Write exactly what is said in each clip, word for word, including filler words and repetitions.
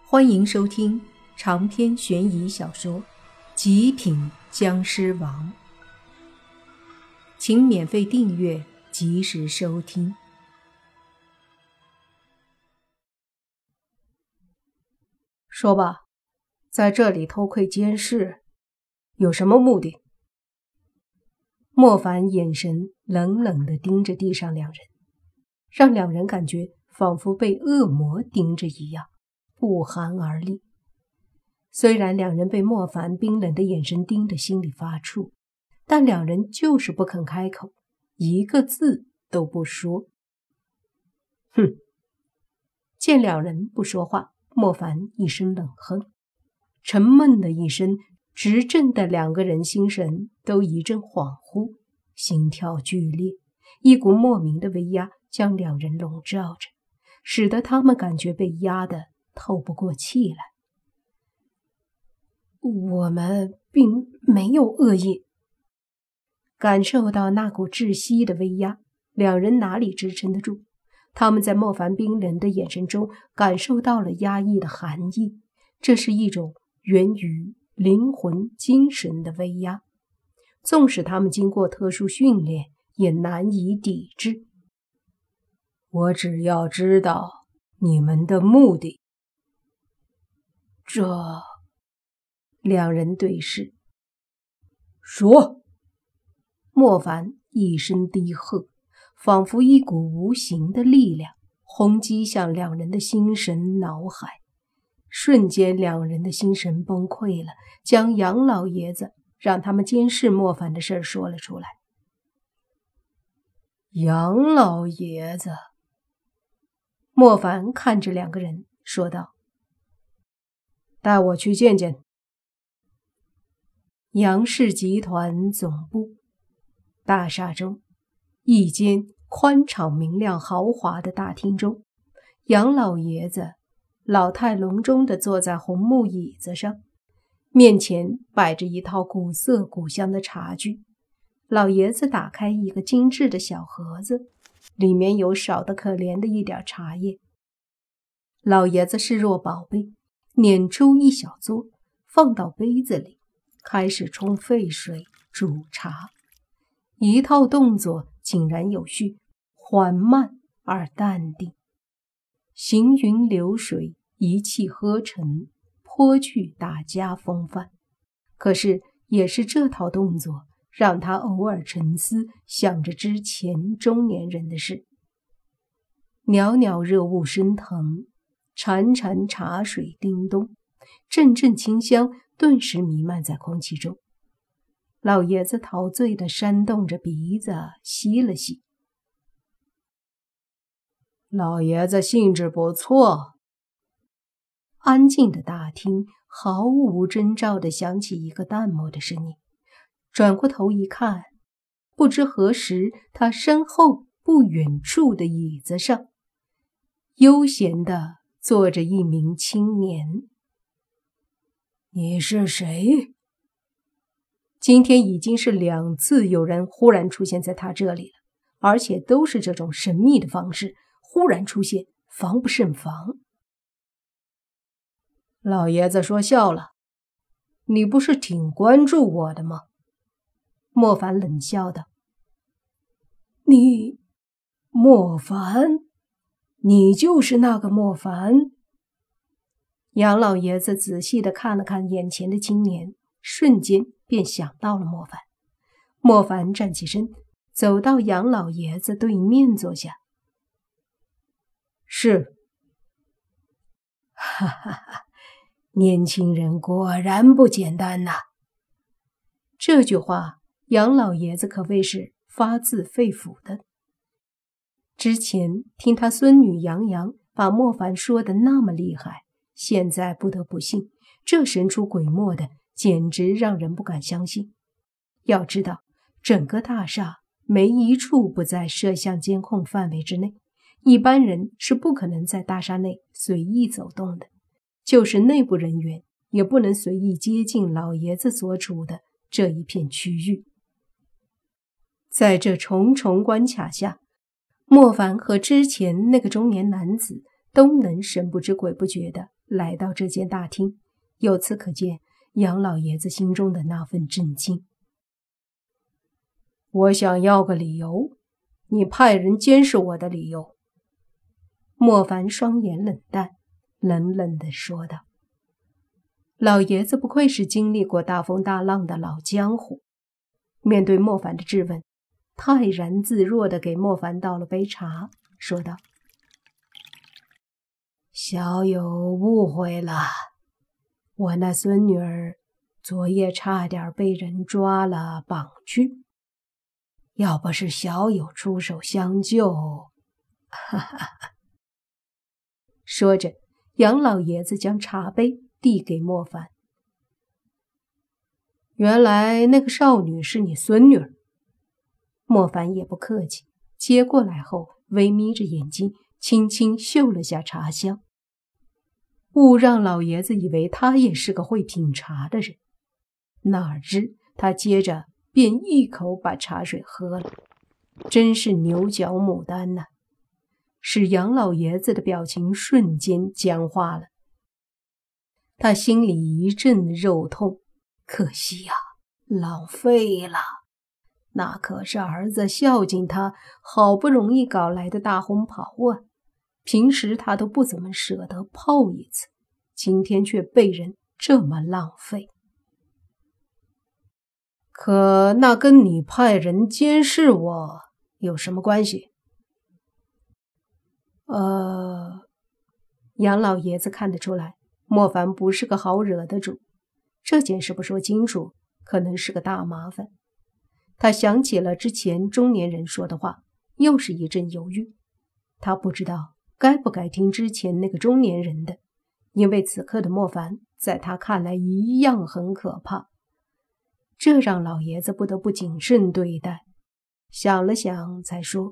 欢迎收听长篇悬疑小说《极品僵尸王》，请免费订阅，及时收听。 说吧，在这里偷窥监视，有什么目的？ 莫凡眼神冷冷地盯着地上两人，让两人感觉仿佛被恶魔盯着一样，不寒而栗。虽然两人被莫凡冰冷的眼神盯得心里发怵，但两人就是不肯开口，一个字都不说。哼！见两人不说话，莫凡一声冷哼，沉闷的一声，执政的两个人心神都一阵恍惚，心跳剧烈，一股莫名的威压将两人笼罩着，使得他们感觉被压得透不过气来。 我们并没有恶意。 感受到那股窒息的威压，两人哪里支撑得住？他们在莫凡冰冷的眼神中感受到了压抑的寒意，这是一种源于灵魂精神的威压，纵使他们经过特殊训练，也难以抵制。 我只要知道你们的目的。 这……两人对视。 说！ 莫凡一声低喝，仿佛一股无形的力量轰击向两人的心神脑海，瞬间两人的心神崩溃了，将杨老爷子让他们监视莫凡的事说了出来。 杨老爷子， 莫凡看着两个人说道：“ 带我去见见。” 杨氏集团总部大厦中，一间宽敞明亮豪华的大厅中，杨老爷子老态龙钟地坐在红木椅子上，面前摆着一套古色古香的茶具。老爷子打开一个精致的小盒子，里面有少得可怜的一点茶叶。老爷子视若宝贝，捻出一小撮放到杯子里，开始冲沸水煮茶，一套动作井然有序，缓慢而淡定，行云流水，一气呵成，颇具大家风范。可是也是这套动作让他偶尔沉思，想着之前中年人的事。袅袅热雾升腾，潺潺茶水叮咚，阵阵清香顿时弥漫在空气中。老爷子陶醉地扇动着鼻子吸了吸。 老爷子兴致不错。 安静的大厅毫无征兆地响起一个淡漠的声音，转过头一看，不知何时他身后不远处的椅子上悠闲地坐着一名青年。 你是谁？ 今天已经是两次有人忽然出现在他这里了，而且都是这种神秘的方式，忽然出现，防不胜防。 老爷子说笑了，你不是挺关注我的吗？ 莫凡冷笑道。 你……莫凡？你就是那个莫凡？ 杨老爷子仔细地看了看眼前的青年，瞬间便想到了莫凡。莫凡站起身，走到杨老爷子对面坐下。 是。 哈哈哈，年轻人果然不简单呐。这句话杨老爷子可谓是发自肺腑的。之前听他孙女杨洋把莫凡说的那么厉害，现在不得不信，这神出鬼没的简直让人不敢相信。要知道，整个大厦没一处不在摄像监控范围之内，一般人是不可能在大厦内随意走动的，就是内部人员也不能随意接近老爷子所处的这一片区域。在这重重关卡下，莫凡和之前那个中年男子都能神不知鬼不觉地来到这间大厅，由此可见杨老爷子心中的那份震惊。 我想要个理由，你派人监视我的理由。 莫凡双眼冷淡，冷冷地说道。老爷子不愧是经历过大风大浪的老江湖，面对莫凡的质问，泰然自若地给莫凡倒了杯茶，说道： 小友误会了，我那孙女儿昨夜差点被人抓了绑去，要不是小友出手相救，哈哈哈。 说着，杨老爷子将茶杯递给莫凡。 原来那个少女是你孙女儿。 莫凡也不客气，接过来后微眯着眼睛，轻轻嗅了下茶香，误让老爷子以为他也是个会品茶的人。哪知他接着便一口把茶水喝了，真是牛角牡丹呐、啊！使杨老爷子的表情瞬间僵化了。他心里一阵肉痛，可惜呀、啊，浪费了，那可是儿子孝敬他好不容易搞来的大红袍啊！平时他都不怎么舍得泡一次，今天却被人这么浪费。 可那跟你派人监视我有什么关系？ 呃，杨老爷子看得出来，莫凡不是个好惹的主，这件事不说清楚，可能是个大麻烦。他想起了之前中年人说的话，又是一阵犹豫。他不知道该不该听之前那个中年人的，因为此刻的莫凡在他看来一样很可怕，这让老爷子不得不谨慎对待。想了想才说：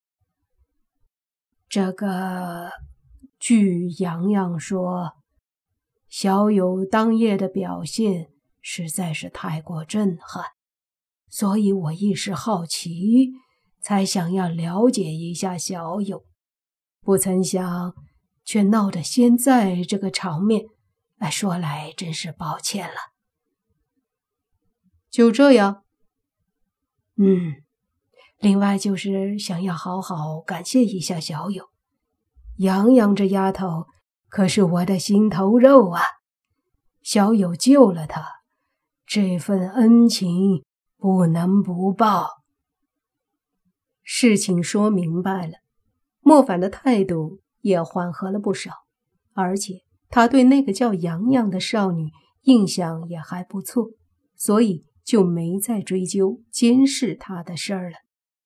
这个，据洋洋说，小友当夜的表现实在是太过震撼，所以我一时好奇，才想要了解一下小友，不曾想却闹得现在这个场面，哎，说来真是抱歉了。 就这样？ 嗯。另外就是想要好好感谢一下小友，洋洋这丫头可是我的心头肉啊，小友救了她，这份恩情不能不报。 事情说明白了，莫凡的态度也缓和了不少，而且他对那个叫洋洋的少女印象也还不错，所以就没再追究监视他的事儿了。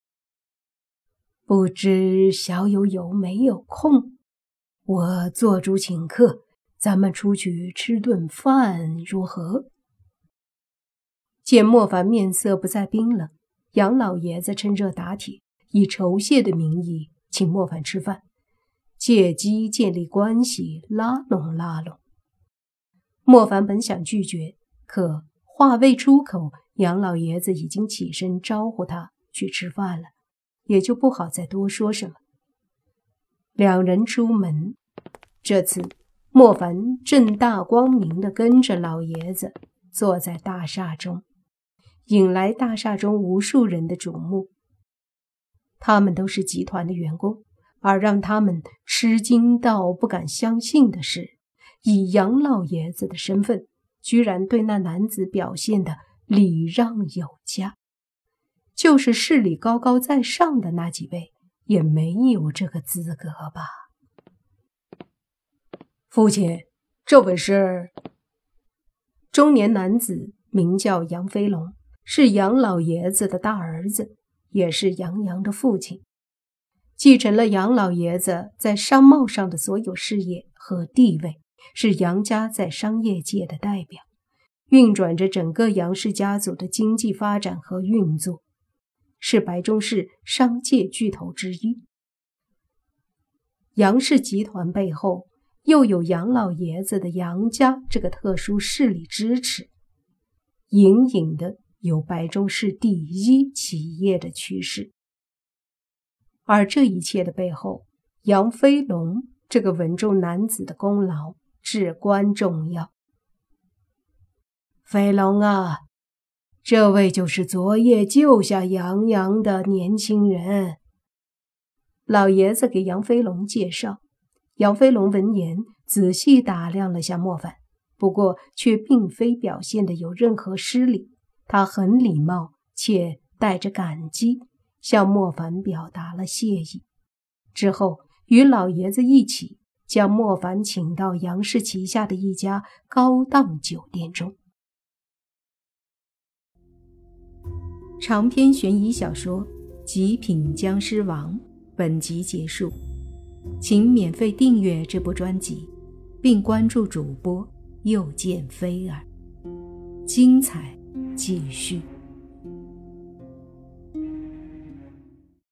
不知小友有没有空？我做主请客，咱们出去吃顿饭如何？ 见莫凡面色不再冰冷，杨老爷子趁热打铁，以酬谢的名义请莫凡吃饭，借机建立关系，拉拢拉拢。莫凡本想拒绝，可话未出口，杨老爷子已经起身招呼他去吃饭了，也就不好再多说什么。两人出门，这次莫凡正大光明地跟着老爷子坐在大厦中，引来大厦中无数人的瞩目。他们都是集团的员工，而让他们吃惊到不敢相信的是，以杨老爷子的身份，居然对那男子表现得礼让有加。就是势力高高在上的那几位，也没有这个资格吧？ 父亲，这位是…… 中年男子名叫杨飞龙，是杨老爷子的大儿子，也是杨洋的父亲，继承了杨老爷子在商贸上的所有事业和地位，是杨家在商业界的代表，运转着整个杨氏家族的经济发展和运作，是白中市商界巨头之一。杨氏集团背后又有杨老爷子的杨家这个特殊势力支持，隐隐的有白中市第一企业的趋势。而这一切的背后，杨飞龙这个稳重男子的功劳至关重要。 飞龙啊，这位就是昨夜救下杨洋的年轻人。 老爷子给杨飞龙介绍。杨飞龙闻言，仔细打量了下莫凡，不过却并非表现得有任何失礼，他很礼貌且带着感激，向莫凡表达了谢意。之后与老爷子一起将莫凡请到杨氏旗下的一家高档酒店中。长篇悬疑小说《极品僵尸王》本集结束，请免费订阅这部专辑，并关注主播又见菲儿，精彩继续。